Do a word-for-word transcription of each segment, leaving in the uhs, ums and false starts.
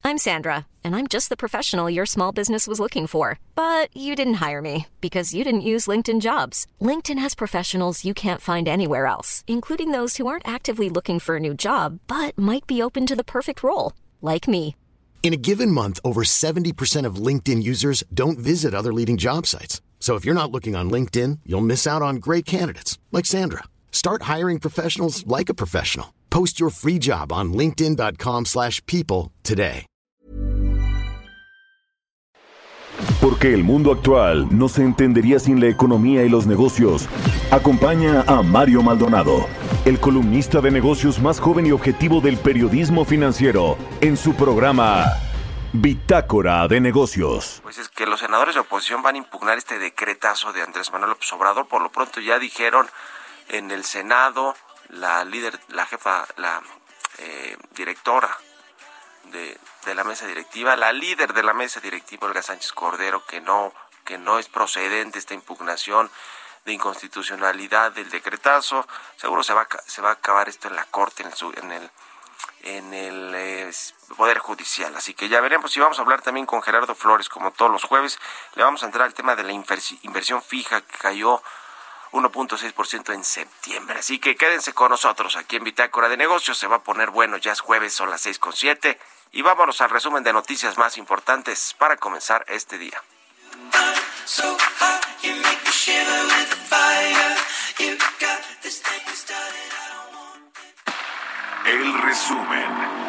I'm Sandra, and I'm just the professional your small business was looking for. But you didn't hire me because you didn't use LinkedIn Jobs. LinkedIn has professionals you can't find anywhere else, including those who aren't actively looking for a new job, but might be open to the perfect role, like me. In a given month, over seventy percent of LinkedIn users don't visit other leading job sites. So if you're not looking on LinkedIn, you'll miss out on great candidates like Sandra. Start hiring professionals like a professional. Post your free job on linkedin.com slash people today. Porque el mundo actual no se entendería sin la economía y los negocios. Acompaña a Mario Maldonado, el columnista de negocios más joven y objetivo del periodismo financiero, en su programa Bitácora de Negocios. Pues es que los senadores de oposición van a impugnar este decretazo de Andrés Manuel López Obrador. Por lo pronto ya dijeron en el Senado, la líder, la jefa, la eh, directora de, de la mesa directiva, la líder de la mesa directiva, Olga Sánchez Cordero, que no, que no es procedente esta impugnación de inconstitucionalidad del decretazo. Seguro se va, se va a acabar esto en la Corte, en el, en el en el eh, Poder Judicial. Así que ya veremos. Y vamos a hablar también con Gerardo Flores, como todos los jueves. Le vamos a entrar al tema de la inversión fija, que cayó uno punto seis por ciento en septiembre. Así que quédense con nosotros aquí en Bitácora de Negocios. Se va a poner bueno, ya es jueves, son las seis con siete. Y vámonos al resumen de noticias más importantes para comenzar este día. El resumen.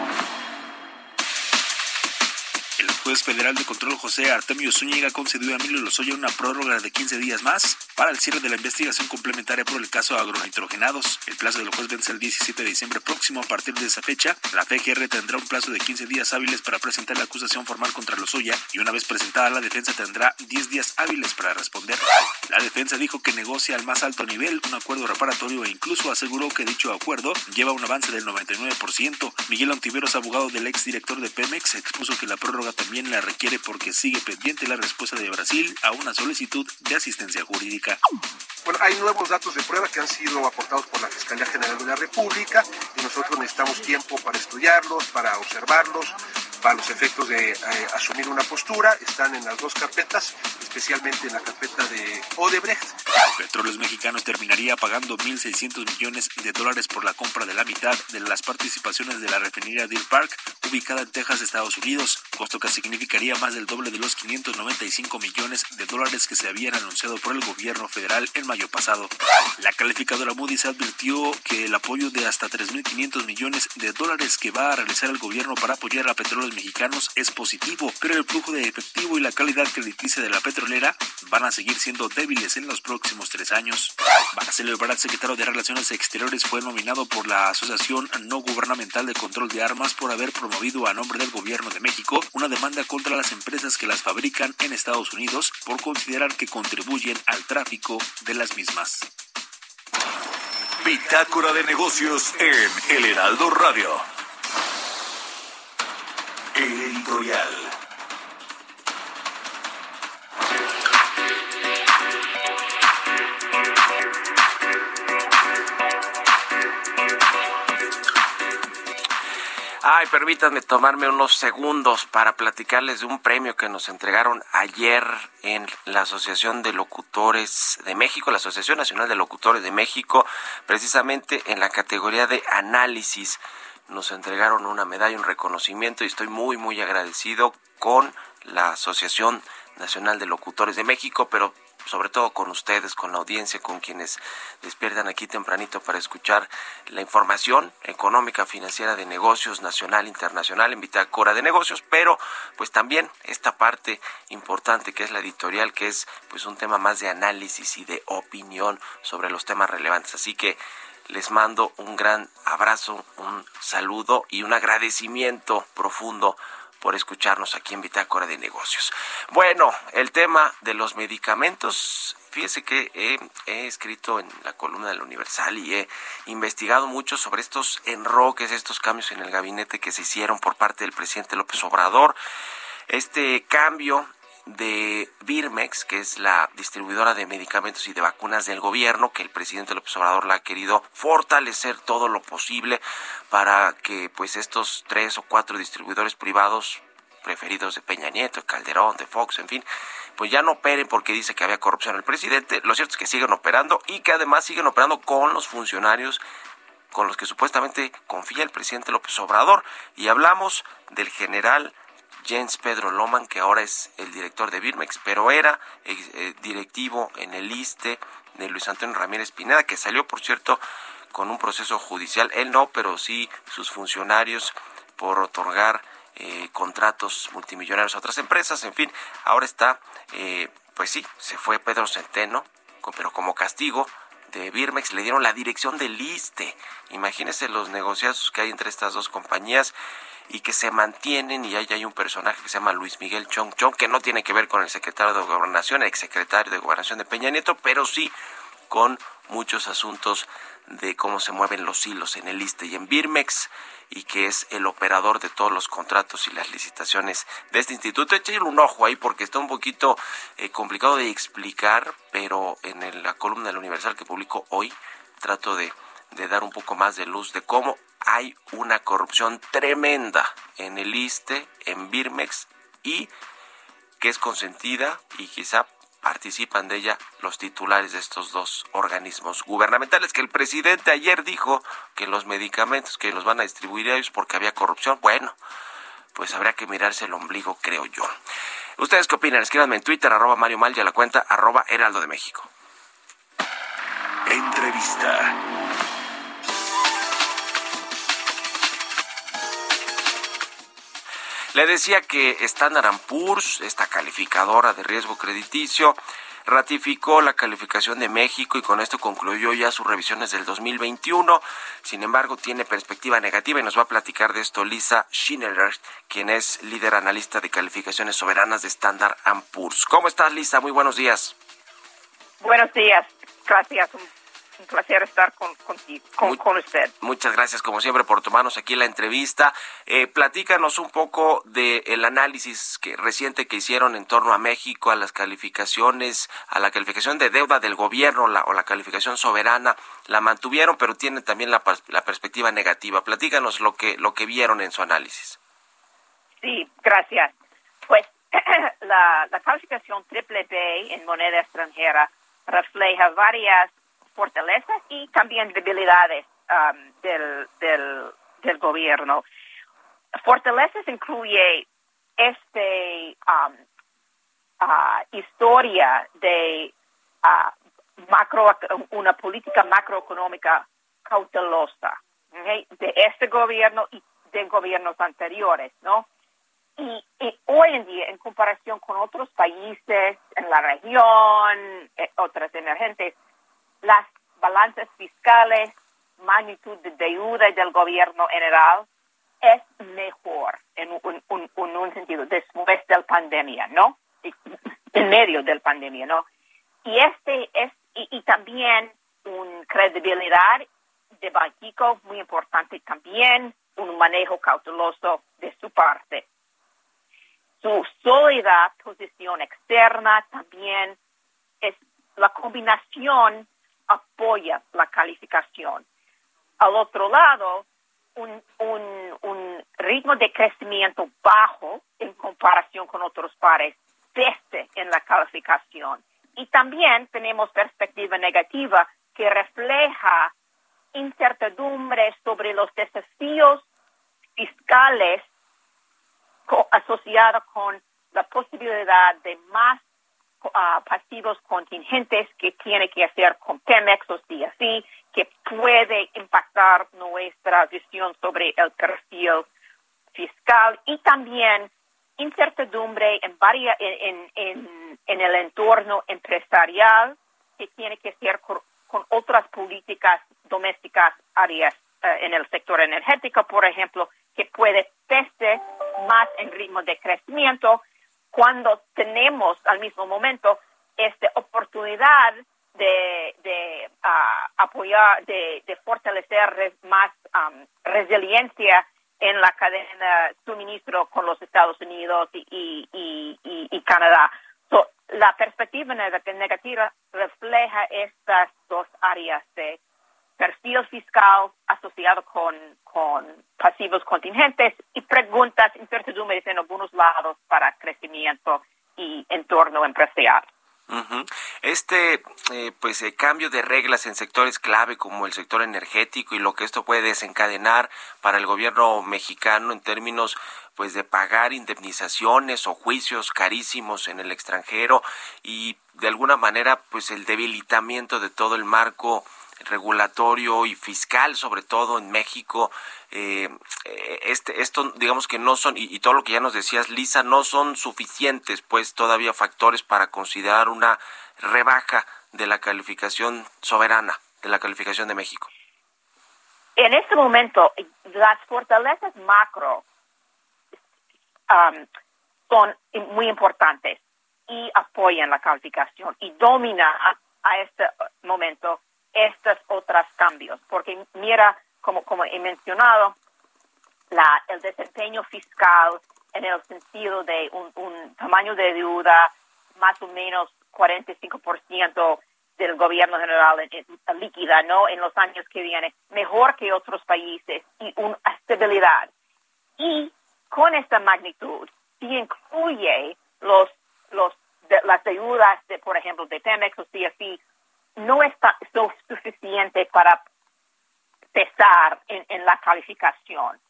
El juez federal de control José Artemio Zúñiga concedió a Emilio Lozoya una prórroga de quince días más para el cierre de la investigación complementaria por el caso agronitrogenados. El plazo del juez vence el diecisiete de diciembre próximo. A partir de esa fecha, la F G R tendrá un plazo de quince días hábiles para presentar la acusación formal contra Lozoya y una vez presentada la defensa tendrá diez días hábiles para responder. La defensa dijo que negocia al más alto nivel un acuerdo reparatorio e incluso aseguró que dicho acuerdo lleva un avance del noventa y nueve por ciento. Miguel Ontiveros, abogado del exdirector de Pemex, expuso que la prórroga también la requiere porque sigue pendiente la respuesta de Brasil a una solicitud de asistencia jurídica. Bueno, hay nuevos datos de prueba que han sido aportados por la Fiscalía General de la República y nosotros necesitamos tiempo para estudiarlos, para observarlos, para los efectos de eh, asumir una postura. Están en las dos carpetas, especialmente en la carpeta de Odebrecht. Petróleos Mexicanos terminaría pagando mil seiscientos millones de dólares por la compra de la mitad de las participaciones de la refinería Deer Park, ubicada en Texas, Estados Unidos, costo que significaría más del doble de los quinientos noventa y cinco millones de dólares que se habían anunciado por el gobierno federal en mayo pasado. La calificadora Moody's advirtió que el apoyo de hasta tres mil quinientos millones de dólares que va a realizar el gobierno para apoyar a Petróleos Mexicanos es positivo, pero el flujo de efectivo y la calidad crediticia de la petrolera van a seguir siendo débiles en los próximos tres años. Marcelo Ebrard, secretario de Relaciones Exteriores, fue nominado por la Asociación No Gubernamental de Control de Armas por haber promovido a nombre del gobierno de México una demanda contra las empresas que las fabrican en Estados Unidos por considerar que contribuyen al tráfico de las mismas. Bitácora de Negocios en El Heraldo Radio. El editorial. Ay, permítanme tomarme unos segundos para platicarles de un premio que nos entregaron ayer en la Asociación de Locutores de México, la Asociación Nacional de Locutores de México, precisamente en la categoría de análisis. Nos entregaron una medalla, un reconocimiento y estoy muy, muy agradecido con la Asociación Nacional de Locutores de México, pero sobre todo con ustedes, con la audiencia, con quienes despiertan aquí tempranito para escuchar la información económica, financiera, de negocios nacional, internacional, en Bitácora de Negocios, pero pues también esta parte importante que es la editorial, que es pues un tema más de análisis y de opinión sobre los temas relevantes. Así que les mando un gran abrazo, un saludo y un agradecimiento profundo por escucharnos aquí en Bitácora de Negocios. Bueno, el tema de los medicamentos, fíjese que he, he escrito en la columna del Universal y he investigado mucho sobre estos enroques, estos cambios en el gabinete que se hicieron por parte del presidente López Obrador. Este cambio de Birmex, que es la distribuidora de medicamentos y de vacunas del gobierno, que el presidente López Obrador la ha querido fortalecer todo lo posible para que pues estos tres o cuatro distribuidores privados preferidos de Peña Nieto, de Calderón, de Fox, en fin, pues ya no operen porque dice que había corrupción. El presidente, lo cierto es que siguen operando y que además siguen operando con los funcionarios con los que supuestamente confía el presidente López Obrador. Y hablamos del general Jens Pedro Lohmann, que ahora es el director de Birmex, pero era eh, directivo en el ISSSTE de Luis Antonio Ramírez Pineda, que salió, por cierto, con un proceso judicial. Él no, pero sí sus funcionarios por otorgar eh, contratos multimillonarios a otras empresas. En fin, ahora está, eh, pues sí, se fue Pedro Centeno, pero como castigo de Birmex le dieron la dirección del ISSSTE. Imagínense los negociados que hay entre estas dos compañías y que se mantienen, y ahí hay un personaje que se llama Luis Miguel Chong Chong, que no tiene que ver con el secretario de Gobernación, el exsecretario de Gobernación de Peña Nieto, pero sí con muchos asuntos de cómo se mueven los hilos en el ISSSTE y en Birmex, y que es el operador de todos los contratos y las licitaciones de este instituto. Échale un ojo ahí porque está un poquito eh, complicado de explicar, pero en el, la columna del Universal que publico hoy trato de, de dar un poco más de luz de cómo hay una corrupción tremenda en el ISSSTE, en Birmex, y que es consentida y quizá participan de ella los titulares de estos dos organismos gubernamentales, que el presidente ayer dijo que los medicamentos que los van a distribuir a ellos porque había corrupción. Bueno, pues habría que mirarse el ombligo, creo yo. ¿Ustedes qué opinan? Escríbanme en Twitter, arroba Mario Mal, y a la cuenta arroba Heraldo de México. Entrevista. Le decía que Standard and Poor's, esta calificadora de riesgo crediticio, ratificó la calificación de México y con esto concluyó ya sus revisiones del dos mil veintiuno. Sin embargo, tiene perspectiva negativa y nos va a platicar de esto Lisa Schindler, quien es líder analista de calificaciones soberanas de Standard and Poor's. ¿Cómo estás, Lisa? Muy buenos días. Buenos días. Gracias. Un, un placer estar con, contigo, con, Muy, con usted. Muchas gracias, como siempre, por tomarnos aquí la entrevista. Eh, platícanos un poco del análisis que, reciente que hicieron en torno a México, a las calificaciones, a la calificación de deuda del gobierno la, o la calificación soberana. La mantuvieron, pero tienen también la, la perspectiva negativa. Platícanos lo que, lo que vieron en su análisis. Sí, gracias. Pues la, la calificación triple B en moneda extranjera refleja varias fortalezas y también debilidades um, del, del, del gobierno. Fortalezas incluye este um, uh, historia de uh, macro, una política macroeconómica cautelosa, ¿okay? De este gobierno y de gobiernos anteriores, ¿no? Y, y hoy en día, en comparación con otros países en la región, eh, otras emergentes, las balanzas fiscales, magnitud de deuda del gobierno general es mejor en un, un, un, un sentido después de la pandemia, ¿no? En medio de la pandemia, ¿no? Y este es y, y también una credibilidad de Banxico muy importante también, un manejo cauteloso de su parte. Su sólida posición externa también es la combinación apoya la calificación. Al otro lado, un, un, un ritmo de crecimiento bajo en comparación con otros pares pese en la calificación. Y también tenemos perspectiva negativa que refleja incertidumbre sobre los desafíos fiscales co- asociados con la posibilidad de más Uh, pasivos contingentes que tiene que hacer con Pemex o sí así, que puede impactar nuestra visión sobre el perfil fiscal y también incertidumbre en, varia, en, en, en el entorno empresarial que tiene que hacer con, con otras políticas domésticas áreas uh, en el sector energético, por ejemplo, que puede pese más en ritmo de crecimiento cuando tenemos al mismo momento esta oportunidad de, de uh, apoyar, de, de fortalecer res, más um, resiliencia en la cadena de suministro con los Estados Unidos y, y, y, y, y Canadá. So, la perspectiva negativa refleja estas dos áreas de perfil fiscal asociado con, con pasivos contingentes y preguntas, incertidumbres en algunos lados para crecimiento y entorno empresarial. Uh-huh. Este eh, pues eh, cambio de reglas en sectores clave como el sector energético y lo que esto puede desencadenar para el gobierno mexicano en términos pues de pagar indemnizaciones o juicios carísimos en el extranjero y de alguna manera pues el debilitamiento de todo el marco regulatorio y fiscal, sobre todo en México. Eh, este, esto, digamos que no son, y, y todo lo que ya nos decías, Lisa, no son suficientes, pues, todavía factores para considerar una rebaja de la calificación soberana, de la calificación de México. En este momento, las fortalezas macro um, son muy importantes y apoyan la calificación y dominan a este momento estos otros cambios, porque mira, como, como he mencionado, la, el desempeño fiscal en el sentido de un, un tamaño de deuda más o menos cuarenta y cinco por ciento del gobierno general en, en, líquida, ¿no? En los años que vienen, mejor que otros países y una estabilidad. Y con esta magnitud, si incluye los, los, de, las deudas, de, por ejemplo, de Pemex o C F E, no es suficiente para pesar en, en la calificación.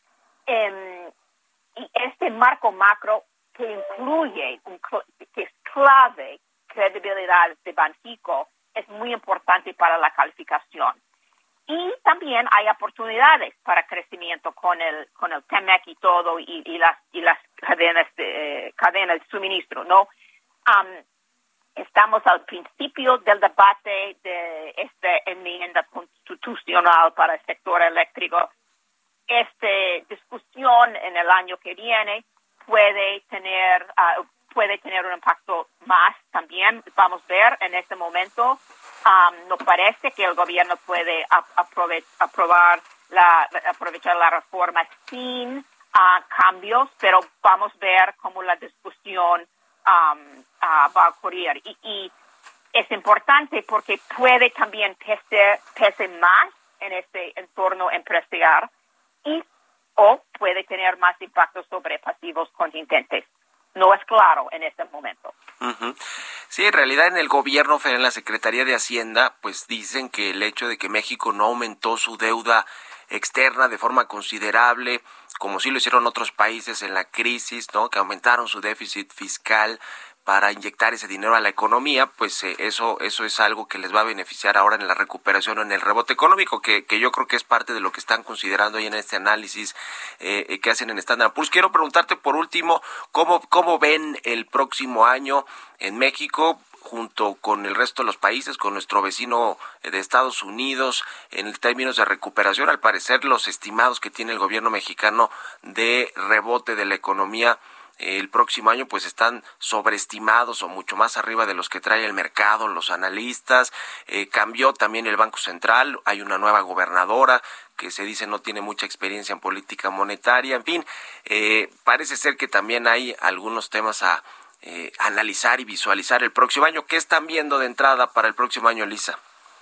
Um, y este marco macro que incluye, un, que es clave, credibilidad de Banxico, es muy importante para la calificación. Y también hay oportunidades para crecimiento con el con el T E M E C y todo, y, y las y las cadenas de, eh, cadenas de suministro, ¿no? Um, Estamos al principio del debate de esta enmienda constitucional para el sector eléctrico. Esta discusión en el año que viene puede tener uh, puede tener un impacto más también. Vamos a ver en este momento. Um, no parece que el gobierno puede aprove- aprobar la, aprovechar la reforma sin uh, cambios, pero vamos a ver cómo la discusión Um, uh, va a ocurrir. Y, y es importante porque puede también pese, pese más en este entorno empresarial y o puede tener más impacto sobre pasivos contingentes. No es claro en este momento. Uh-huh. Sí, en realidad en el gobierno federal, en la Secretaría de Hacienda, pues dicen que el hecho de que México no aumentó su deuda externa de forma considerable, como sí lo hicieron otros países en la crisis, ¿no? Que aumentaron su déficit fiscal para inyectar ese dinero a la economía, pues eh, eso eso es algo que les va a beneficiar ahora en la recuperación o en el rebote económico, que, que yo creo que es parte de lo que están considerando ahí en este análisis eh, que hacen en Standard and Poor's. Quiero preguntarte por último, ¿cómo, cómo ven el próximo año en México junto con el resto de los países, con nuestro vecino de Estados Unidos, en términos de recuperación? Al parecer, los estimados que tiene el gobierno mexicano de rebote de la economía eh, el próximo año, pues están sobreestimados o mucho más arriba de los que trae el mercado, los analistas. Eh, cambió también el Banco Central, hay una nueva gobernadora que se dice no tiene mucha experiencia en política monetaria. En fin, eh, parece ser que también hay algunos temas a Eh, analizar y visualizar el próximo año. ¿Qué están viendo de entrada para el próximo año, Lisa?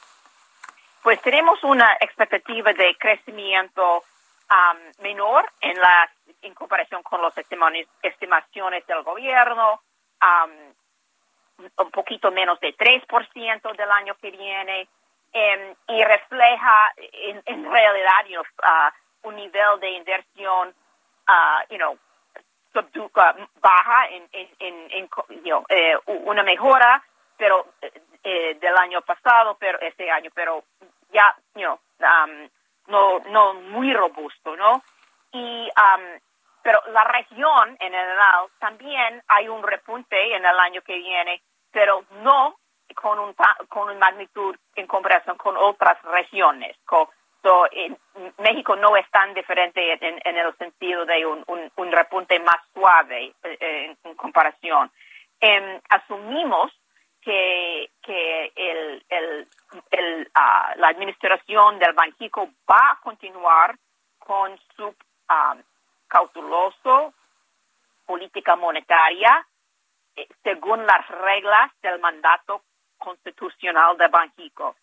Pues tenemos una expectativa de crecimiento um, menor en la en comparación con las estimaciones del gobierno, um, un poquito menos de tres por ciento del año que viene, um, y refleja en, en realidad you know, uh, un nivel de inversión uh, you know, subdu- uh, baja en, en, en, en you know, eh, una mejora pero eh, del año pasado, pero este año, pero ya you know, um, no no muy robusto, ¿no? Y um, pero la región en general también hay un repunte en el año que viene, pero no con un con una magnitud en comparación con otras regiones. Co, so, en, México no es tan diferente en, en el sentido de un, un, un repunte más suave eh, en, en comparación. Eh, asumimos que que el, el, el, uh, la administración del Banxico va a continuar con su um, cauteloso política monetaria eh, según las reglas del mandato constitucional de Banxico.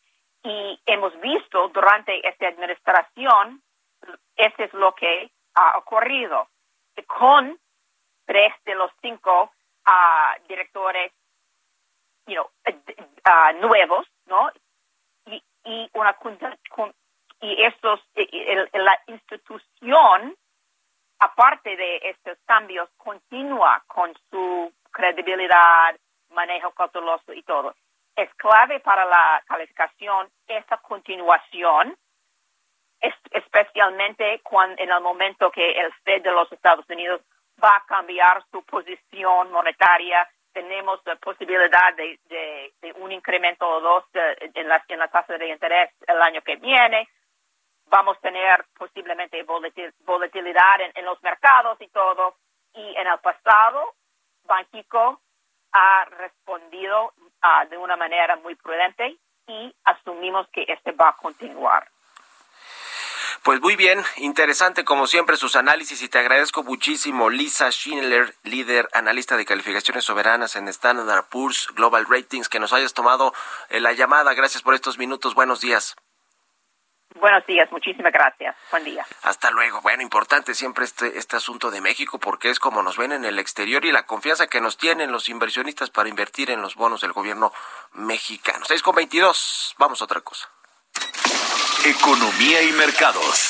Y hemos visto durante esta administración, eso es lo que ha ocurrido. Con tres de los cinco uh, directores you know, uh, nuevos, ¿no? Y, y una y estos el, la institución, aparte de estos cambios, continúa con su credibilidad, manejo cauteloso y todo. Es clave para la calificación esa continuación, es, especialmente cuando en el momento que el Fed de los Estados Unidos va a cambiar su posición monetaria. Tenemos la posibilidad de, de, de un incremento o dos de, en, la, en la tasa de interés el año que viene. Vamos a tener posiblemente volatil, volatilidad en, en los mercados y todo. Y en el pasado, Banxico ha respondido uh, de una manera muy prudente y asumimos que este va a continuar. Pues muy bien, interesante como siempre sus análisis y te agradezco muchísimo, Lisa Schindler, líder analista de calificaciones soberanas en Standard and Poor's Global Ratings, que nos hayas tomado eh, la llamada. Gracias por estos minutos. Buenos días. Buenos días, muchísimas gracias. Buen día. Hasta luego. Bueno, importante siempre este este asunto de México porque es como nos ven en el exterior y la confianza que nos tienen los inversionistas para invertir en los bonos del gobierno mexicano. seis con veintidós, vamos a otra cosa. Economía y mercados.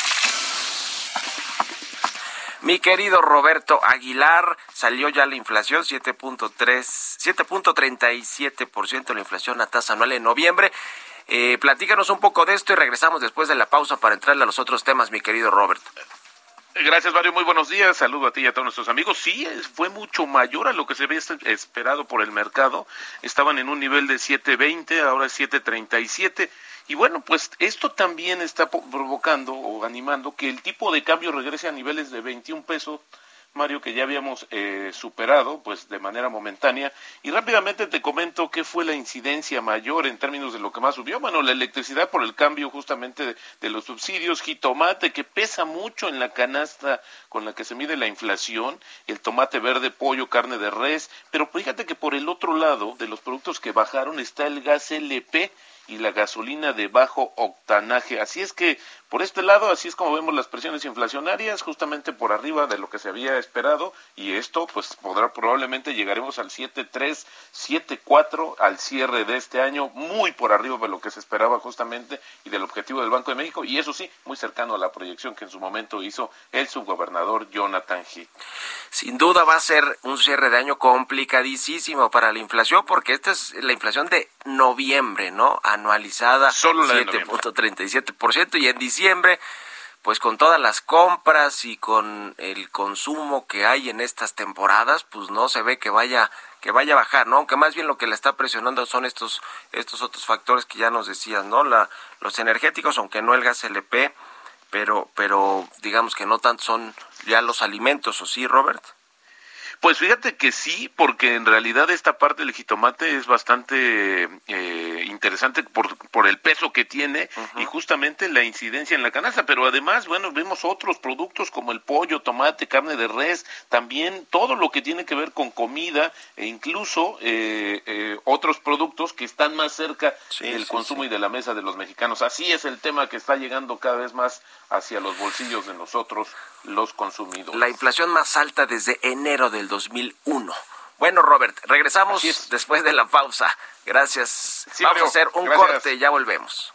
Mi querido Roberto Aguilar, salió ya la inflación, siete punto tres, siete punto treinta y siete por ciento la inflación a tasa anual en noviembre. Eh, platícanos un poco de esto y regresamos después de la pausa para entrarle a los otros temas, mi querido Robert. Gracias, Mario. Muy buenos días. Saludo a ti y a todos nuestros amigos. Sí, fue mucho mayor a lo que se había esperado por el mercado. Estaban en un nivel de siete veinte, ahora es siete treinta y siete. Y bueno, pues esto también está provocando o animando que el tipo de cambio regrese a niveles de veintiún pesos, Mario, que ya habíamos eh, superado pues de manera momentánea. Y rápidamente te comento qué fue la incidencia mayor en términos de lo que más subió. Bueno, la electricidad por el cambio justamente de, de los subsidios, jitomate que pesa mucho en la canasta con la que se mide la inflación, el tomate verde, pollo, carne de res. Pero fíjate que por el otro lado de los productos que bajaron está el gas L P y la gasolina de bajo octanaje. Así es que, por este lado, así es como vemos las presiones inflacionarias, justamente por arriba de lo que se había esperado, y esto, pues, podrá probablemente llegaremos al siete tres, siete cuatro al cierre de este año, muy por arriba de lo que se esperaba justamente, y del objetivo del Banco de México, y eso sí, muy cercano a la proyección que en su momento hizo el subgobernador Jonathan Heath. Sin duda va a ser un cierre de año complicadísimo para la inflación, porque esta es la inflación de noviembre, ¿no? Anualizada, siete punto treinta y siete por ciento, y en diciembre, pues con todas las compras y con el consumo que hay en estas temporadas, pues no se ve que vaya que vaya a bajar, ¿no? Aunque más bien lo que la está presionando son estos estos otros factores que ya nos decías, ¿no? La, los energéticos, aunque no el gas L P, pero pero digamos que no tanto son ya los alimentos, ¿o sí, Robert? Pues fíjate que sí, porque en realidad esta parte del jitomate es bastante eh, interesante por, por el peso que tiene uh-huh. y justamente la incidencia en la canasta, pero además, bueno, vemos otros productos como el pollo, tomate, carne de res, también todo lo que tiene que ver con comida e incluso eh, eh, otros productos que están más cerca sí, del sí, consumo sí. y de la mesa de los mexicanos. Así es el tema que está llegando cada vez más hacia los bolsillos de nosotros, los consumidores. La inflación más alta desde enero del dos mil uno. Bueno, Robert, regresamos después de la pausa. Gracias. Sí, Vamos amigo. a hacer un Gracias. corte, ya volvemos.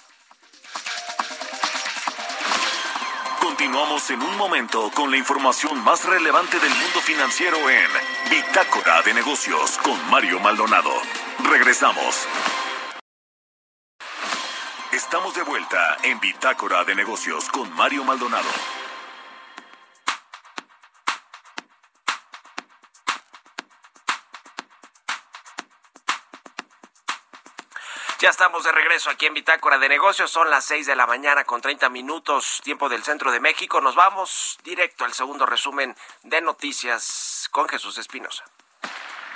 Continuamos en un momento con la información más relevante del mundo financiero en Bitácora de Negocios con Mario Maldonado. Regresamos. Estamos de vuelta en Bitácora de Negocios con Mario Maldonado. Ya estamos de regreso aquí en Bitácora de Negocios. Son las seis de la mañana con treinta minutos, tiempo del centro de México. Nos vamos directo al segundo resumen de noticias con Jesús Espinosa.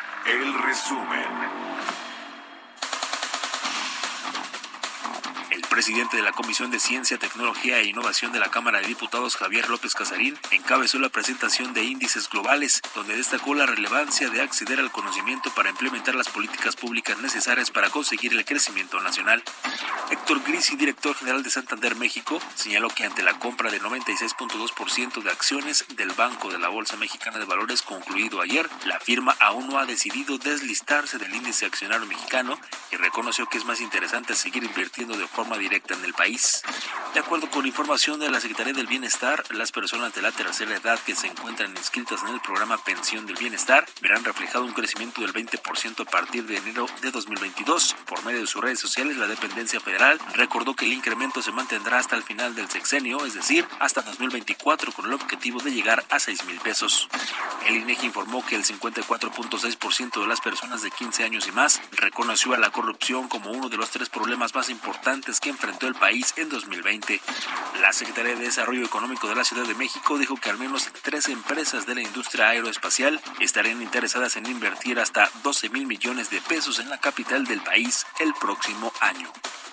El resumen. El presidente de la Comisión de Ciencia, Tecnología e Innovación de la Cámara de Diputados, Javier López Casarín, encabezó la presentación de índices globales, donde destacó la relevancia de acceder al conocimiento para implementar las políticas públicas necesarias para conseguir el crecimiento nacional. Héctor Grisi, director general de Santander México, señaló que ante la compra de noventa y seis punto dos por ciento de acciones del Banco de la Bolsa Mexicana de Valores concluido ayer, la firma aún no ha decidido deslistarse del índice accionario mexicano y reconoció que es más interesante seguir invirtiendo de forma directa en el país. De acuerdo con información de la Secretaría del Bienestar, las personas de la tercera edad que se encuentran inscritas en el programa Pensión del Bienestar verán reflejado un crecimiento del veinte por ciento a partir de enero de dos mil veintidós. Por medio de sus redes sociales, la dependencia federal recordó que el incremento se mantendrá hasta el final del sexenio, es decir, hasta dos mil veinticuatro, con el objetivo de llegar a seis mil pesos. El INEGI informó que el cincuenta y cuatro punto seis por ciento de las personas de quince años y más reconoció a la corrupción como uno de los tres problemas más importantes que enfrentó el país en dos mil veinte. La Secretaría de Desarrollo Económico de la Ciudad de México dijo que al menos tres empresas de la industria aeroespacial estarían interesadas en invertir hasta doce mil millones de pesos en la capital del país el próximo año.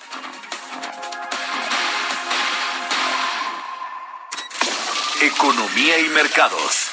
Economía y mercados.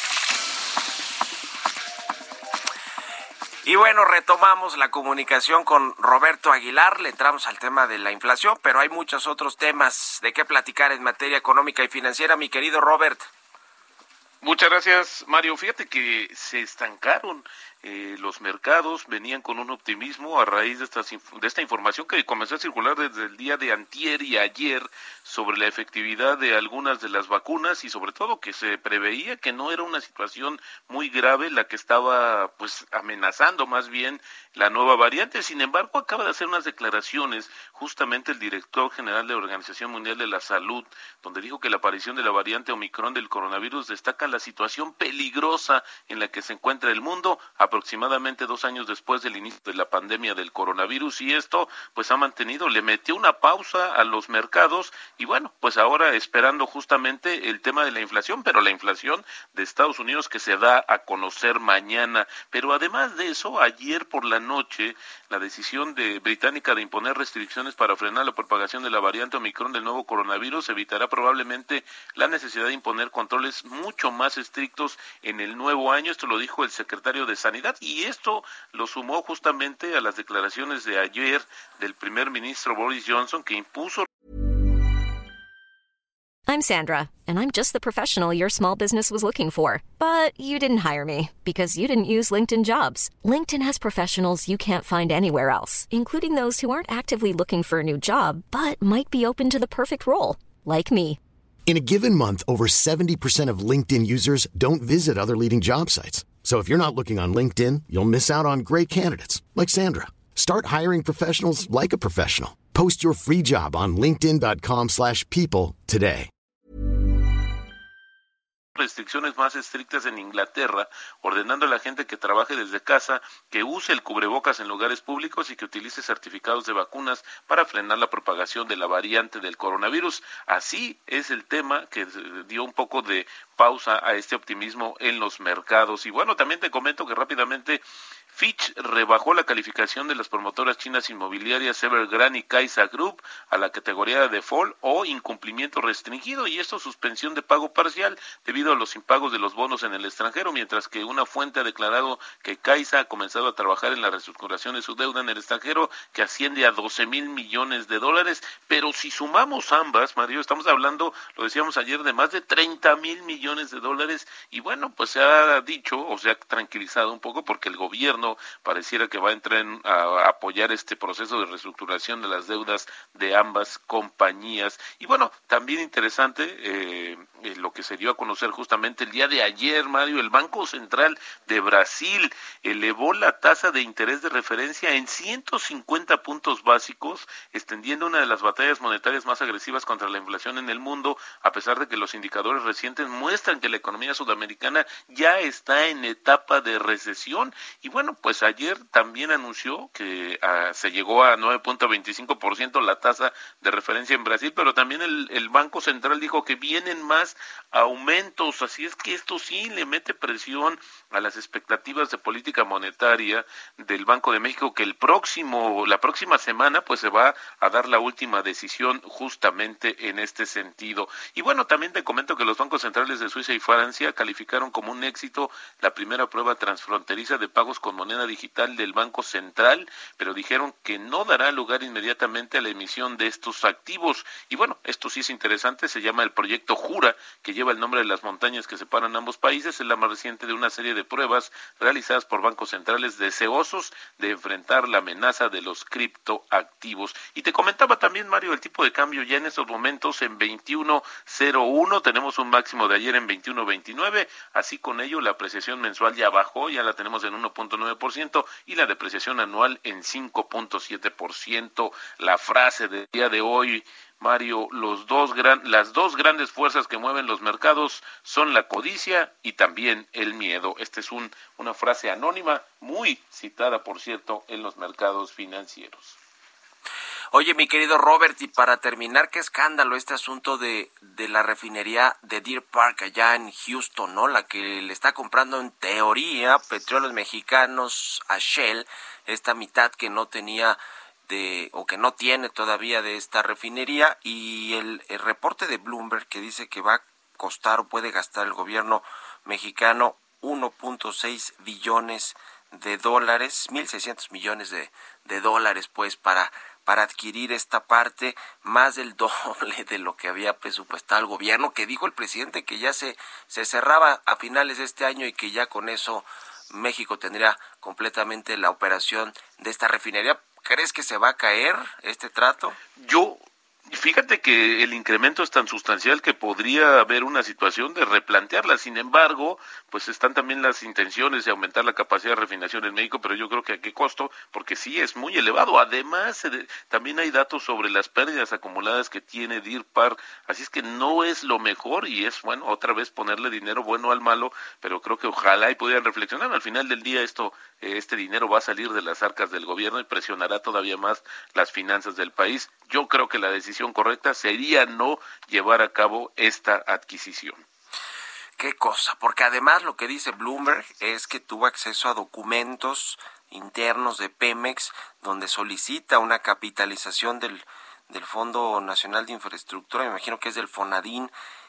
Y bueno, retomamos la comunicación con Roberto Aguilar, le entramos al tema de la inflación, pero hay muchos otros temas de qué platicar en materia económica y financiera, mi querido Robert. Muchas gracias, Mario. Fíjate que se estancaron eh, los mercados, venían con un optimismo a raíz de, estas, de esta información que comenzó a circular desde el día de antier y ayer sobre la efectividad de algunas de las vacunas y sobre todo que se preveía que no era una situación muy grave la que estaba pues amenazando más bien la nueva variante. Sin embargo, acaba de hacer unas declaraciones justamente el director general de la Organización Mundial de la Salud, donde dijo que la aparición de la variante Omicron del coronavirus destaca la situación peligrosa en la que se encuentra el mundo aproximadamente dos años después del inicio de la pandemia del coronavirus, y esto pues ha mantenido, le metió una pausa a los mercados y bueno, pues ahora esperando justamente el tema de la inflación, pero la inflación de Estados Unidos que se da a conocer mañana. Pero además de eso, ayer por la noche, la decisión de británica de imponer restricciones para frenar la propagación de la variante Omicron del nuevo coronavirus evitará probablemente la necesidad de imponer controles mucho más estrictos en el nuevo año. Esto lo dijo el secretario de Sanidad y esto lo sumó justamente a las declaraciones de ayer del primer ministro Boris Johnson, que impuso. I'm Sandra, and I'm just the professional your small business was looking for. But you didn't hire me because you didn't use LinkedIn Jobs. LinkedIn has professionals you can't find anywhere else, including those who aren't actively looking for a new job, but might be open to the perfect role, like me. In a given month, over seventy percent of LinkedIn users don't visit other leading job sites. So if you're not looking on LinkedIn, you'll miss out on great candidates like Sandra. Start hiring professionals like a professional. Post your free job on linkedin dot com slash people today. Restricciones más estrictas en Inglaterra, ordenando a la gente que trabaje desde casa que use el cubrebocas en lugares públicos y que utilice certificados de vacunas para frenar la propagación de la variante del coronavirus. Así es el tema que dio un poco de pausa a este optimismo en los mercados. Y bueno, también te comento que rápidamente Fitch rebajó la calificación de las promotoras chinas inmobiliarias Evergrande y Kaisa Group a la categoría de default o incumplimiento restringido, y esto suspensión de pago parcial debido a los impagos de los bonos en el extranjero, mientras que una fuente ha declarado que Kaisa ha comenzado a trabajar en la reestructuración de su deuda en el extranjero, que asciende a doce mil millones de dólares. Pero si sumamos ambas, Mario, estamos hablando, lo decíamos ayer, de más de treinta mil millones de dólares, y bueno, pues se ha dicho o se ha tranquilizado un poco porque el gobierno pareciera que va a entrar en, a, a apoyar este proceso de reestructuración de las deudas de ambas compañías. Y bueno, también interesante eh, eh, lo que se dio a conocer justamente el día de ayer, Mario, el Banco Central de Brasil elevó la tasa de interés de referencia en ciento cincuenta puntos básicos, extendiendo una de las batallas monetarias más agresivas contra la inflación en el mundo, a pesar de que los indicadores recientes muestran que la economía sudamericana ya está en etapa de recesión. Y bueno, pues ayer también anunció que uh, se llegó a nueve punto veinticinco por ciento la tasa de referencia en Brasil, pero también el, el Banco Central dijo que vienen más más aumentos, así es que esto sí le mete presión a las expectativas de política monetaria del Banco de México, que el próximo, la próxima semana pues se va a dar la última decisión justamente en este sentido. Y bueno, también te comento que los bancos centrales de Suiza y Francia calificaron como un éxito la primera prueba transfronteriza de pagos con moneda digital del Banco Central, pero dijeron que no dará lugar inmediatamente a la emisión de estos activos. Y bueno, esto sí es interesante, se llama el proyecto Jura, que lleva el nombre de las montañas que separan ambos países, es la más reciente de una serie de pruebas realizadas por bancos centrales deseosos de enfrentar la amenaza de los criptoactivos. Y te comentaba también, Mario, el tipo de cambio ya en estos momentos en veintiuno cero uno, tenemos un máximo de ayer en veintiuno veintinueve, así con ello la apreciación mensual ya bajó, ya la tenemos en uno punto nueve por ciento y la depreciación anual en cinco punto siete por ciento. La frase del día de hoy, Mario, los dos gran, las dos grandes fuerzas que mueven los mercados son la codicia y también el miedo. Esta es un, una frase anónima, muy citada, por cierto, en los mercados financieros. Oye, mi querido Robert, y para terminar, qué escándalo este asunto de, de la refinería de Deer Park allá en Houston, ¿no? La que le está comprando en teoría Petróleos Mexicanos a Shell, esta mitad que no tenía de o que no tiene todavía de esta refinería, y el, el reporte de Bloomberg que dice que va a costar o puede gastar el gobierno mexicano uno punto seis billones de dólares, mil seiscientos millones de, de dólares, pues, para para adquirir esta parte, más del doble de lo que había presupuestado el gobierno, que dijo el presidente que ya se, se cerraba a finales de este año y que ya con eso México tendría completamente la operación de esta refinería. ¿Crees que se va a caer este trato? Yo... Fíjate que el incremento es tan sustancial que podría haber una situación de replantearla. Sin embargo, pues están también las intenciones de aumentar la capacidad de refinación en México, pero yo creo que a qué costo, porque sí es muy elevado. Además, eh, también hay datos sobre las pérdidas acumuladas que tiene Deer Park, así es que no es lo mejor y es, bueno, otra vez ponerle dinero bueno al malo, pero creo que ojalá y pudieran reflexionar. Al final del día esto, eh, este dinero va a salir de las arcas del gobierno y presionará todavía más las finanzas del país. Yo creo que la decisión correcta sería no llevar a cabo esta adquisición. Qué cosa, porque además lo que dice Bloomberg es que tuvo acceso a documentos internos de Pemex donde solicita una capitalización del, del Fondo Nacional de Infraestructura, me imagino que es del Fonadín,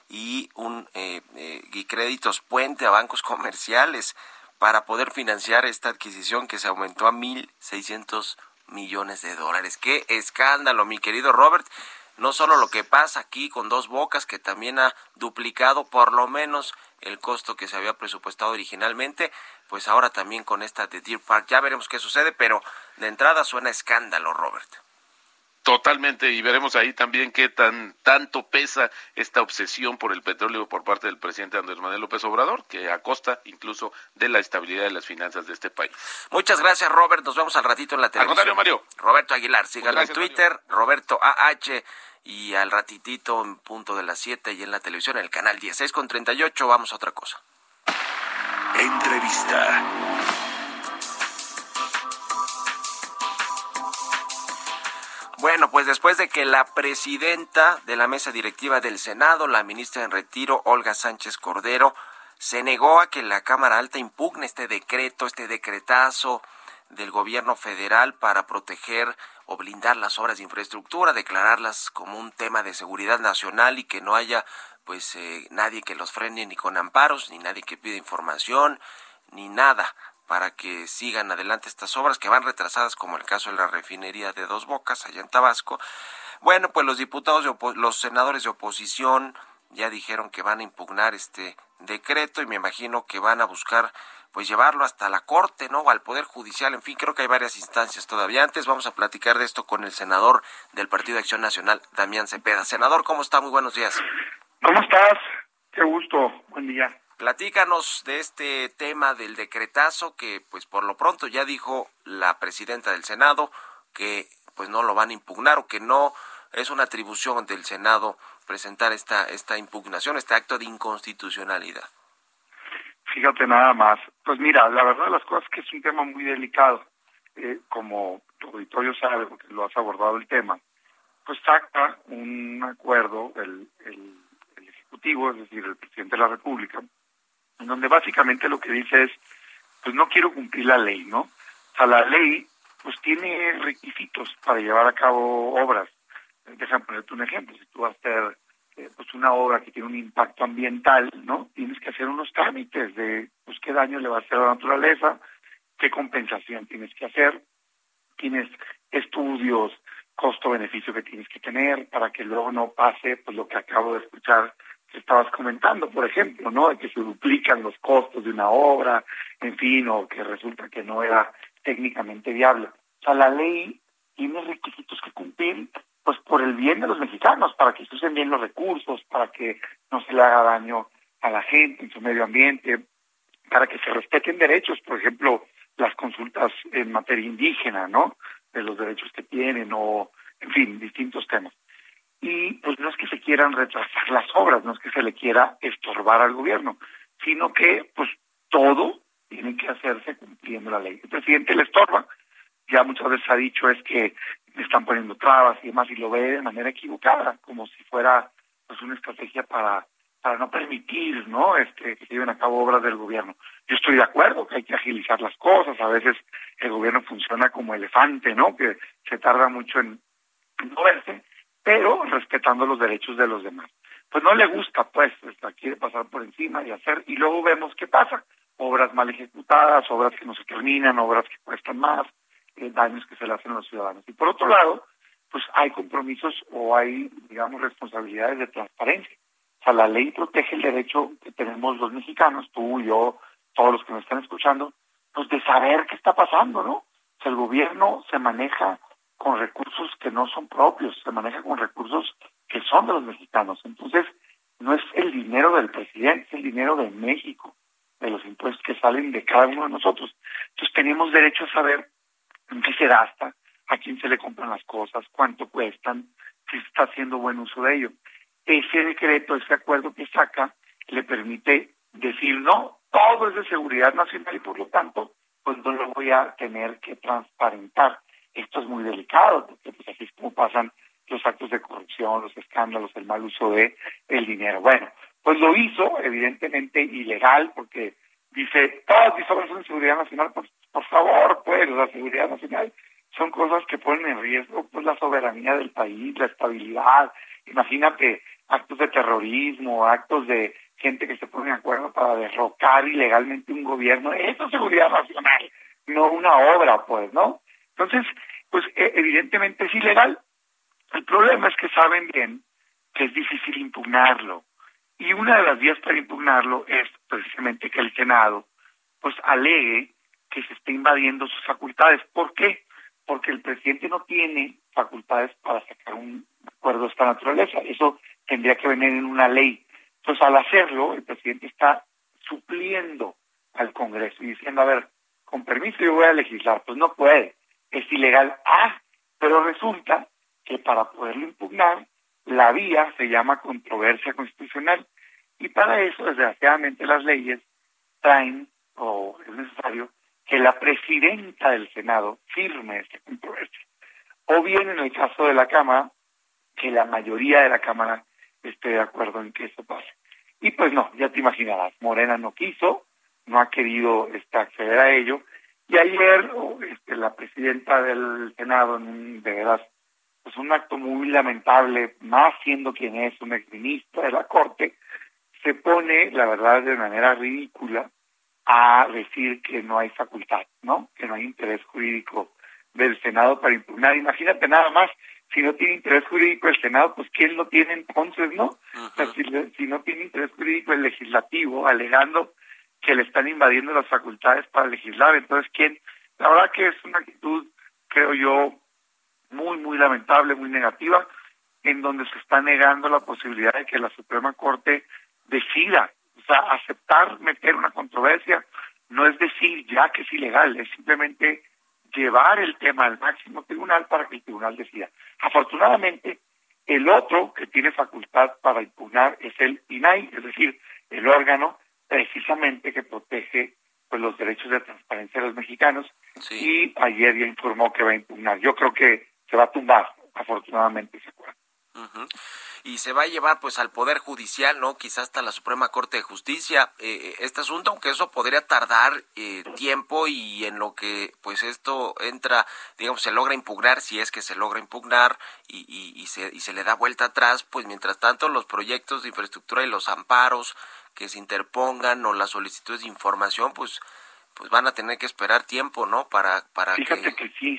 y un eh, eh, y créditos puente a bancos comerciales para poder financiar esta adquisición que se aumentó a mil seiscientos millones de dólares. ¡Qué escándalo, mi querido Robert! No solo lo que pasa aquí con Dos Bocas, que también ha duplicado por lo menos el costo que se había presupuestado originalmente, pues ahora también con esta de Deer Park. Ya veremos qué sucede, pero de entrada suena escándalo, Robert. Totalmente, y veremos ahí también qué tan tanto pesa esta obsesión por el petróleo por parte del presidente Andrés Manuel López Obrador, que a costa incluso de la estabilidad de las finanzas de este país. Muchas gracias, Robert. Nos vemos al ratito en la televisión. Al contrario, Mario. Roberto Aguilar, síganlo en Twitter, Mario. Roberto A H, y al ratitito en punto de las siete y en la televisión, en el canal dieciséis con treinta y ocho. Vamos a otra cosa. Entrevista. Bueno, pues después de que la presidenta de la mesa directiva del Senado, la ministra en retiro, Olga Sánchez Cordero, se negó a que la Cámara Alta impugne este decreto, este decretazo del gobierno federal para proteger o blindar las obras de infraestructura, declararlas como un tema de seguridad nacional y que no haya pues eh, nadie que los frene ni con amparos, ni nadie que pida información, ni nada, para que sigan adelante estas obras que van retrasadas, como el caso de la refinería de Dos Bocas allá en Tabasco. Bueno, pues los diputados, de opo- los senadores de oposición ya dijeron que van a impugnar este decreto y me imagino que van a buscar pues llevarlo hasta la Corte, ¿no? O al Poder Judicial, en fin, creo que hay varias instancias todavía. Antes vamos a platicar de esto con el senador del Partido de Acción Nacional, Damián Cepeda. Senador, ¿cómo está? Muy buenos días. ¿Cómo estás? Qué gusto, buen día. Platícanos de este tema del decretazo que, pues por lo pronto ya dijo la presidenta del Senado que pues no lo van a impugnar o que no es una atribución del Senado presentar esta esta impugnación, este acto de inconstitucionalidad. Fíjate nada más. Pues mira, la verdad de las cosas es que es un tema muy delicado. Eh, como tu auditorio sabe, porque lo has abordado el tema, pues saca un acuerdo el, el, el Ejecutivo, es decir, el presidente de la República, en donde básicamente lo que dice es, pues no quiero cumplir la ley, ¿no? O sea, la ley pues tiene requisitos para llevar a cabo obras. Déjame ponerte un ejemplo. Si tú vas a hacer eh, pues una obra que tiene un impacto ambiental, ¿no? Tienes que hacer unos trámites de pues qué daño le va a hacer a la naturaleza, qué compensación tienes que hacer, tienes estudios, costo-beneficio que tienes que tener para que luego no pase pues lo que acabo de escuchar que estabas comentando, por ejemplo, ¿no? De que se duplican los costos de una obra, en fin, o que resulta que no era técnicamente viable. O sea, la ley tiene requisitos que cumplir pues por el bien de los mexicanos, para que se usen bien los recursos, para que no se le haga daño a la gente en su medio ambiente, para que se respeten derechos, por ejemplo, las consultas en materia indígena, ¿no? De los derechos que tienen, o, en fin, distintos temas. Y pues no es que se quieran retrasar las obras, no es que se le quiera estorbar al gobierno, sino que pues todo tiene que hacerse cumpliendo la ley. El presidente le estorba, ya muchas veces ha dicho es que le están poniendo trabas y demás, y lo ve de manera equivocada, como si fuera pues una estrategia para para no permitir, ¿no? Este que se lleven a cabo obras del gobierno. Yo estoy de acuerdo que hay que agilizar las cosas, a veces el gobierno funciona como elefante, ¿no? Que se tarda mucho en, en moverse, pero respetando los derechos de los demás. Pues no le gusta, pues, esta, quiere pasar por encima y hacer, y luego vemos qué pasa. Obras mal ejecutadas, obras que no se terminan, obras que cuestan más, eh, daños que se le hacen a los ciudadanos. Y por otro lado, pues hay compromisos o hay, digamos, responsabilidades de transparencia. O sea, la ley protege el derecho que tenemos los mexicanos, tú, yo, todos los que nos están escuchando, pues de saber qué está pasando, ¿no? O sea, el gobierno se maneja con recursos que no son propios, se maneja con recursos que son de los mexicanos. Entonces, no es el dinero del presidente, es el dinero de México, de los impuestos que salen de cada uno de nosotros. Entonces, tenemos derecho a saber en qué se gasta, a quién se le compran las cosas, cuánto cuestan, si se está haciendo buen uso de ello. Ese decreto, ese acuerdo que saca, le permite decir, no, todo es de seguridad nacional y por lo tanto, pues no lo voy a tener que transparentar. Esto es muy delicado, porque pues así es como pasan los actos de corrupción, los escándalos, el mal uso de el dinero. Bueno, pues lo hizo, evidentemente ilegal, porque dice, todas mis obras son de seguridad nacional, pues por favor, pues, la seguridad nacional son cosas que ponen en riesgo pues la soberanía del país, la estabilidad. Imagínate actos de terrorismo, actos de gente que se pone de acuerdo para derrocar ilegalmente un gobierno. Eso es seguridad nacional, no una obra, pues, ¿no? Entonces, pues evidentemente es ilegal. El problema es que saben bien que es difícil impugnarlo. Y una de las vías para impugnarlo es precisamente que el Senado pues alegue que se está invadiendo sus facultades. ¿Por qué? Porque el presidente no tiene facultades para sacar un acuerdo de esta naturaleza. Eso tendría que venir en una ley. Entonces, al hacerlo, el presidente está supliendo al Congreso y diciendo, a ver, con permiso yo voy a legislar. Pues no puede, es ilegal. Ah, pero resulta que para poderlo impugnar, la vía se llama controversia constitucional. Y para eso, desgraciadamente, las leyes traen, o es necesario, que la presidenta del Senado firme esta controversia. O bien, en el caso de la Cámara, que la mayoría de la Cámara esté de acuerdo en que eso pase. Y pues no, ya te imaginarás, Morena no quiso, no ha querido este, acceder a ello, y ayer este, la presidenta del Senado, en, de veras, pues un acto muy lamentable, más siendo quien es una exministra de la Corte, se pone, la verdad, de manera ridícula, a decir que no hay facultad, ¿no? Que no hay interés jurídico del Senado para impugnar. Imagínate nada más, si no tiene interés jurídico el Senado, pues ¿quién lo tiene entonces, no? Uh-huh. O sea, si, si no tiene interés jurídico el legislativo, alegando que le están invadiendo las facultades para legislar, entonces ¿quién? La verdad que es una actitud, creo yo, muy, muy lamentable, muy negativa, en donde se está negando la posibilidad de que la Suprema Corte decida. O sea, aceptar meter una controversia no es decir ya que es ilegal, es simplemente llevar el tema al máximo tribunal para que el tribunal decida. Afortunadamente, el otro que tiene facultad para impugnar es el I N A I, es decir, el órgano precisamente que protege pues los derechos de transparencia de los mexicanos, sí. Y ayer ya informó que va a impugnar. Yo creo que se va a tumbar, afortunadamente, ese acuerdo. Uh-huh. Y se va a llevar pues al Poder Judicial, ¿no? Quizás hasta la Suprema Corte de Justicia, eh, este asunto, aunque eso podría tardar eh, tiempo y en lo que pues esto entra, digamos, se logra impugnar, si es que se logra impugnar y, y, y, se, y se le da vuelta atrás, pues mientras tanto los proyectos de infraestructura y los amparos que se interpongan o las solicitudes de información, pues pues van a tener que esperar tiempo, ¿no? Para, para Fíjate que... que sí,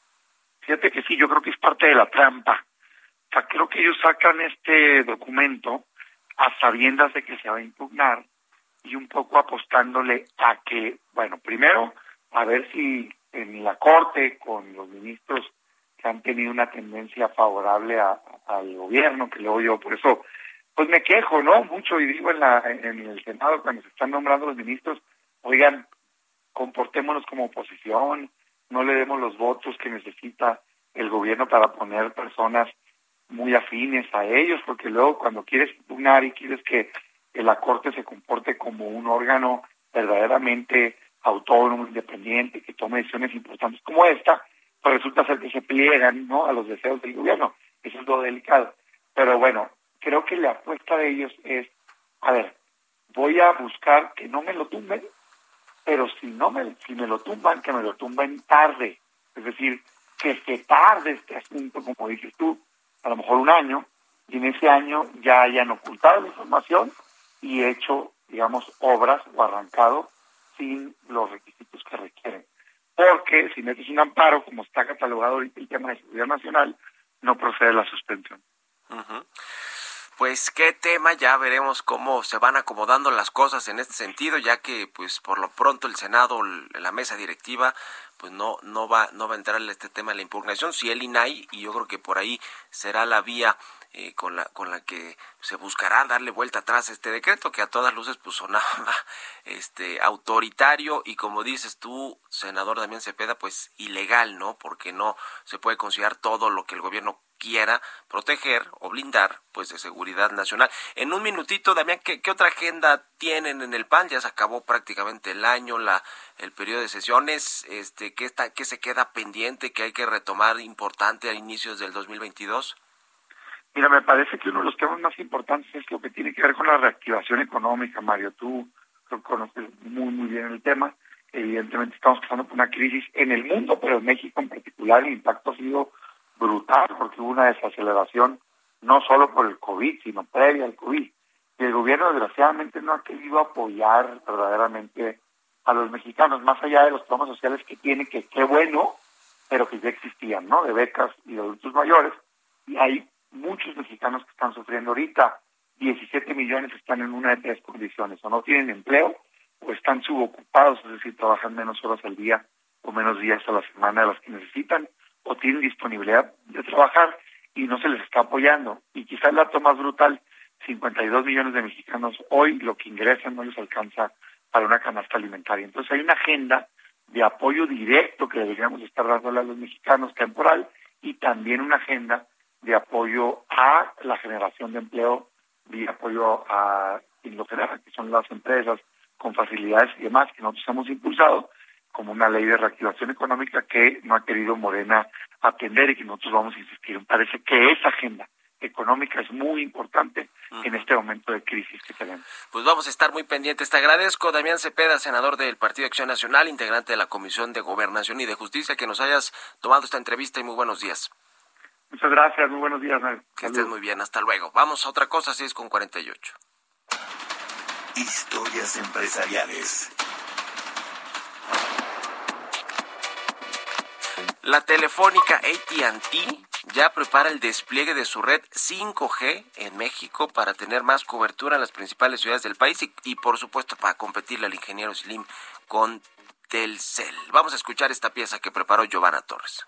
fíjate que sí, yo creo que es parte de la trampa. O sea, creo que ellos sacan este documento a sabiendas de que se va a impugnar y un poco apostándole a que, bueno, primero, a ver si en la Corte, con los ministros que han tenido una tendencia favorable a, a, al gobierno, que luego yo por eso, pues me quejo, ¿no? Mucho, y digo en, la, en el Senado, cuando se están nombrando los ministros, oigan, comportémonos como oposición, no le demos los votos que necesita el gobierno para poner personas muy afines a ellos, porque luego cuando quieres impugnar y quieres que, que la Corte se comporte como un órgano verdaderamente autónomo, independiente, que tome decisiones importantes como esta, pues resulta ser que se pliegan, ¿no?, a los deseos del gobierno. Eso es lo delicado. Pero bueno, creo que la apuesta de ellos es, a ver, voy a buscar que no me lo tumben, pero si no me, si me lo tumban, que me lo tumben tarde. Es decir, que se tarde este asunto, como dices tú, a lo mejor un año, y en ese año ya hayan ocultado la información y hecho, digamos, obras o arrancado sin los requisitos que requieren. Porque si metes un amparo, como está catalogado ahorita el tema de seguridad nacional, no procede la suspensión. Uh-huh. Pues qué tema, ya veremos cómo se van acomodando las cosas en este sentido, ya que pues por lo pronto el Senado, la mesa directiva, pues no no va no va a entrar en este tema de la impugnación, si el I N A I, y yo creo que por ahí será la vía eh, con la con la que se buscará darle vuelta atrás a este decreto, que a todas luces pues sonaba este autoritario y, como dices tú, senador Damián Cepeda, pues ilegal, ¿no? Porque no se puede considerar todo lo que el gobierno quiera proteger o blindar, pues, de seguridad nacional. En un minutito, Damián, ¿qué, qué otra agenda tienen en el P A N? Ya se acabó prácticamente el año, la el periodo de sesiones, este, ¿qué está, qué se queda pendiente, que hay que retomar importante a inicios del dos mil veintidós? Mira, me parece que uno de los temas más importantes es lo que tiene que ver con la reactivación económica, Mario. Tú conoces muy, muy bien el tema. Evidentemente estamos pasando por una crisis en el mundo, pero en México en particular el impacto ha sido brutal, porque hubo una desaceleración no solo por el COVID, sino previa al COVID. Y el gobierno desgraciadamente no ha querido apoyar verdaderamente a los mexicanos, más allá de los programas sociales que tiene, que qué bueno, pero que ya existían, ¿no?, de becas y de adultos mayores. Y hay muchos mexicanos que están sufriendo ahorita. diecisiete millones están en una de tres condiciones: o no tienen empleo, o están subocupados, es decir, trabajan menos horas al día o menos días a la semana de las que necesitan, o tienen disponibilidad de trabajar y no se les está apoyando. Y quizás el dato más brutal, cincuenta y dos millones de mexicanos hoy lo que ingresan no les alcanza para una canasta alimentaria. Entonces hay una agenda de apoyo directo que deberíamos estar dándole a los mexicanos, temporal, y también una agenda de apoyo a la generación de empleo, de apoyo a en lo general, que son las empresas con facilidades y demás, que nosotros hemos impulsado, como una ley de reactivación económica que no ha querido Morena atender y que nosotros vamos a insistir. Me parece que esa agenda económica es muy importante uh-huh. en este momento de crisis que tenemos. Pues vamos a estar muy pendientes. Te agradezco, Damián Cepeda, senador del Partido Acción Nacional, integrante de la Comisión de Gobernación y de Justicia, que nos hayas tomado esta entrevista, y muy buenos días. Muchas gracias, muy buenos días, Mario. Que estés muy bien, hasta luego. Vamos a otra cosa, seis con cuarenta y ocho. Historias empresariales. La telefónica A T and T ya prepara el despliegue de su red cinco G en México para tener más cobertura en las principales ciudades del país y, y por supuesto, para competirle al ingeniero Slim con Telcel. Vamos a escuchar esta pieza que preparó Giovanna Torres.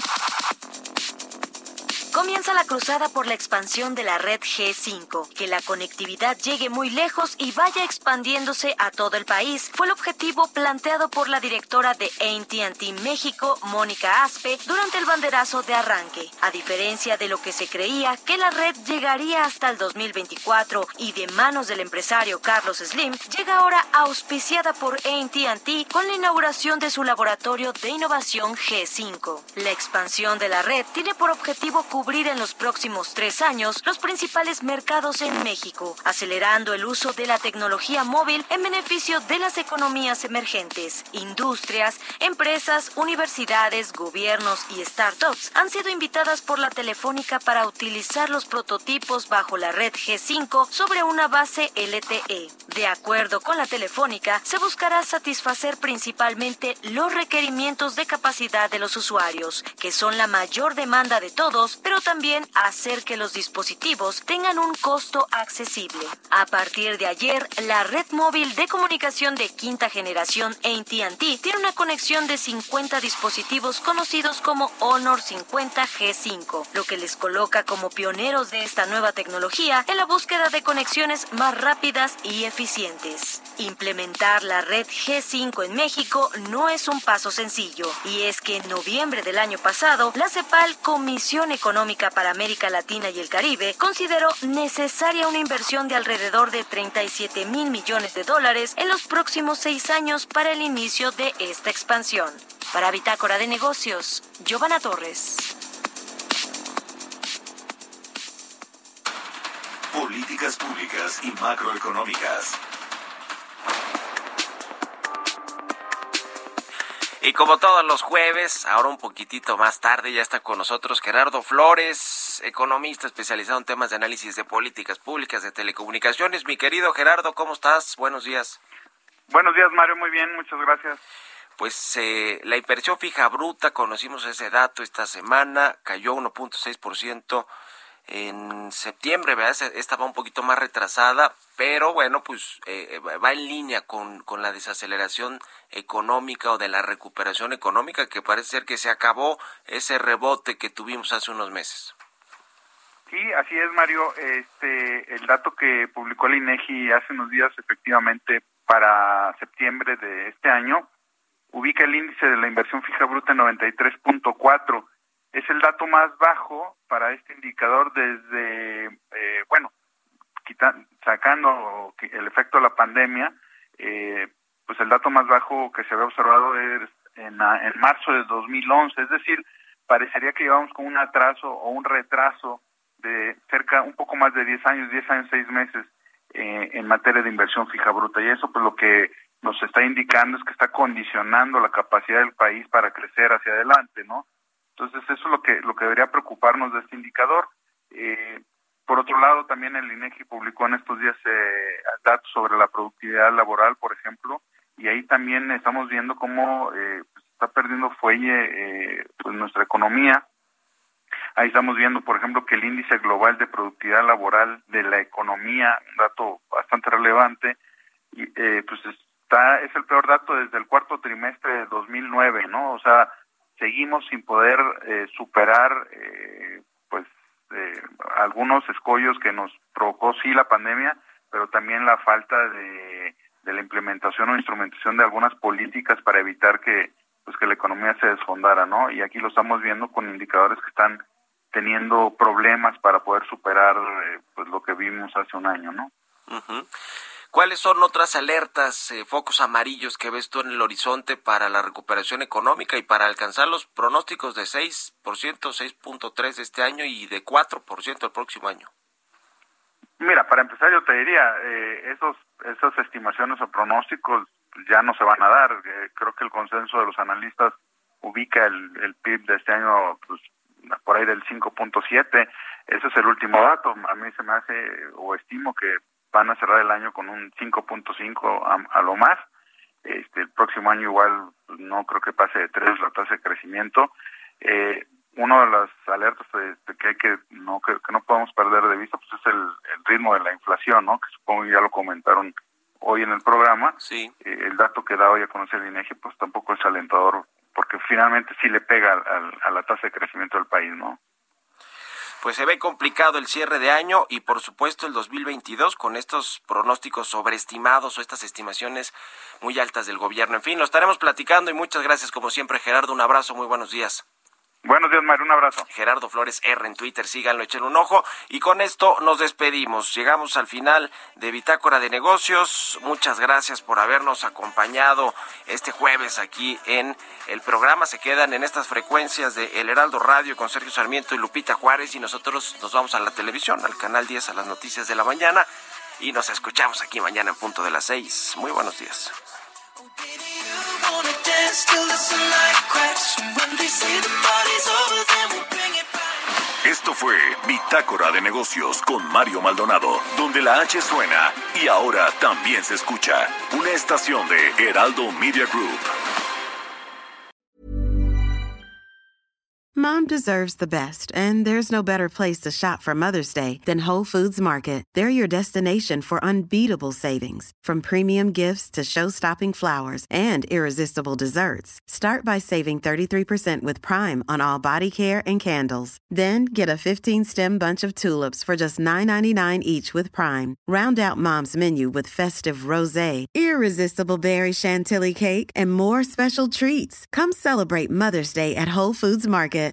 Comienza la cruzada por la expansión de la red G cinco. Que la conectividad llegue muy lejos y vaya expandiéndose a todo el país fue el objetivo planteado por la directora de A T and T México, Mónica Aspe, durante el banderazo de arranque. A diferencia de lo que se creía, que la red llegaría hasta el dos mil veinticuatro y de manos del empresario Carlos Slim, llega ahora auspiciada por A T and T con la inauguración de su laboratorio de innovación G cinco. La expansión de la red tiene por objetivo cubrir cubrir en los próximos tres años los principales mercados en México, acelerando el uso de la tecnología móvil en beneficio de las economías emergentes. Industrias, empresas, universidades, gobiernos y startups han sido invitadas por la Telefónica para utilizar los prototipos bajo la red G cinco sobre una base L T E. De acuerdo con la Telefónica, se buscará satisfacer principalmente los requerimientos de capacidad de los usuarios, que son la mayor demanda de todos, pero también hacer que los dispositivos tengan un costo accesible. A partir de ayer, la red móvil de comunicación de quinta generación A T and T tiene una conexión de cincuenta dispositivos conocidos como Honor cincuenta G cinco, lo que les coloca como pioneros de esta nueva tecnología en la búsqueda de conexiones más rápidas y eficientes. Implementar la red G cinco en México no es un paso sencillo, y es que en noviembre del año pasado, la CEPAL, Comisión Económica para América Latina y el Caribe, consideró necesaria una inversión de alrededor de treinta y siete mil millones de dólares en los próximos seis años para el inicio de esta expansión. Para Bitácora de Negocios, Giovanna Torres. Políticas públicas y macroeconómicas. Y como todos los jueves, ahora un poquitito más tarde, ya está con nosotros Gerardo Flores, economista especializado en temas de análisis de políticas públicas de telecomunicaciones. Mi querido Gerardo, ¿cómo estás? Buenos días. Buenos días, Mario. Muy bien, muchas gracias. Pues eh, la inversión fija bruta, conocimos ese dato esta semana, cayó uno punto seis por ciento en septiembre, ¿verdad? Esta va un poquito más retrasada, pero bueno, pues eh, va en línea con, con la desaceleración económica o de la recuperación económica, que parece ser que se acabó ese rebote que tuvimos hace unos meses. Sí, así es, Mario. Este, el dato que publicó el INEGI hace unos días, efectivamente, para septiembre de este año, ubica el índice de la inversión fija bruta en noventa y tres punto cuatro. Es el dato más bajo para este indicador desde, eh, bueno, quitan, sacando el efecto de la pandemia, eh, pues el dato más bajo que se había observado es en, en marzo de dos mil once, es decir, parecería que llevamos con un atraso o un retraso de cerca, un poco más de diez años, diez años, seis meses eh, en materia de inversión fija bruta, y eso pues lo que nos está indicando es que está condicionando la capacidad del país para crecer hacia adelante, ¿no? Entonces eso es lo que lo que debería preocuparnos de este indicador. Eh, por otro lado, también el INEGI publicó en estos días eh, datos sobre la productividad laboral, por ejemplo, y ahí también estamos viendo cómo eh, pues está perdiendo fuelle eh, pues nuestra economía. Ahí estamos viendo, por ejemplo, que el índice global de productividad laboral de la economía, un dato bastante relevante, y, eh, pues está es el peor dato desde el cuarto trimestre de dos mil nueve, ¿no? O sea, seguimos sin poder eh, superar eh, pues eh, algunos escollos que nos provocó sí la pandemia, pero también la falta de, de la implementación o instrumentación de algunas políticas para evitar que pues que la economía se desfondara, ¿no? Y aquí lo estamos viendo con indicadores que están teniendo problemas para poder superar eh, pues lo que vimos hace un año, ¿no? Uh-huh. ¿Cuáles son otras alertas, eh, focos amarillos que ves tú en el horizonte para la recuperación económica y para alcanzar los pronósticos de seis por ciento, seis punto tres de este año y de cuatro por ciento el próximo año? Mira, para empezar yo te diría, eh, esos esas estimaciones o pronósticos ya no se van a dar. Eh, creo que el consenso de los analistas ubica el, el P I B de este año pues, por ahí del cinco punto siete. Ese es el último dato. A mí se me hace, o estimo que van a cerrar el año con un cinco punto cinco a, a lo más. Este, el próximo año igual pues, no creo que pase de tres la tasa de crecimiento. Eh, una de las alertas este, que hay que no que, que no podemos perder de vista pues es el, el ritmo de la inflación, ¿no? Que supongo que ya lo comentaron hoy en el programa. Sí. Eh, el dato que da hoy a conocer el INEGI pues tampoco es alentador porque finalmente sí le pega al, a la tasa de crecimiento del país, ¿no? Pues se ve complicado el cierre de año y por supuesto el dos mil veintidós con estos pronósticos sobreestimados o estas estimaciones muy altas del gobierno. En fin, lo estaremos platicando y muchas gracias como siempre, Gerardo. Un abrazo, muy buenos días. Buenos días, Mario, un abrazo. Gerardo Flores R en Twitter, síganlo, echen un ojo. Y con esto nos despedimos. Llegamos al final de Bitácora de Negocios. Muchas gracias por habernos acompañado este jueves aquí en el programa. Se quedan en estas frecuencias de El Heraldo Radio con Sergio Sarmiento y Lupita Juárez, y nosotros nos vamos a la televisión, al canal diez, a las noticias de la mañana, y nos escuchamos aquí mañana en punto de las seis. Muy buenos días. Esto fue Bitácora de Negocios con Mario Maldonado, donde la H suena y ahora también se escucha. Una estación de Heraldo Media Group. Mom deserves the best, and there's no better place to shop for Mother's Day than Whole Foods Market. They're your destination for unbeatable savings, from premium gifts to show-stopping flowers and irresistible desserts. Start by saving thirty-three percent with Prime on all body care and candles. Then get a fifteen-stem bunch of tulips for just nine ninety-nine each with Prime. Round out Mom's menu with festive rosé, irresistible berry chantilly cake, and more special treats. Come celebrate Mother's Day at Whole Foods Market.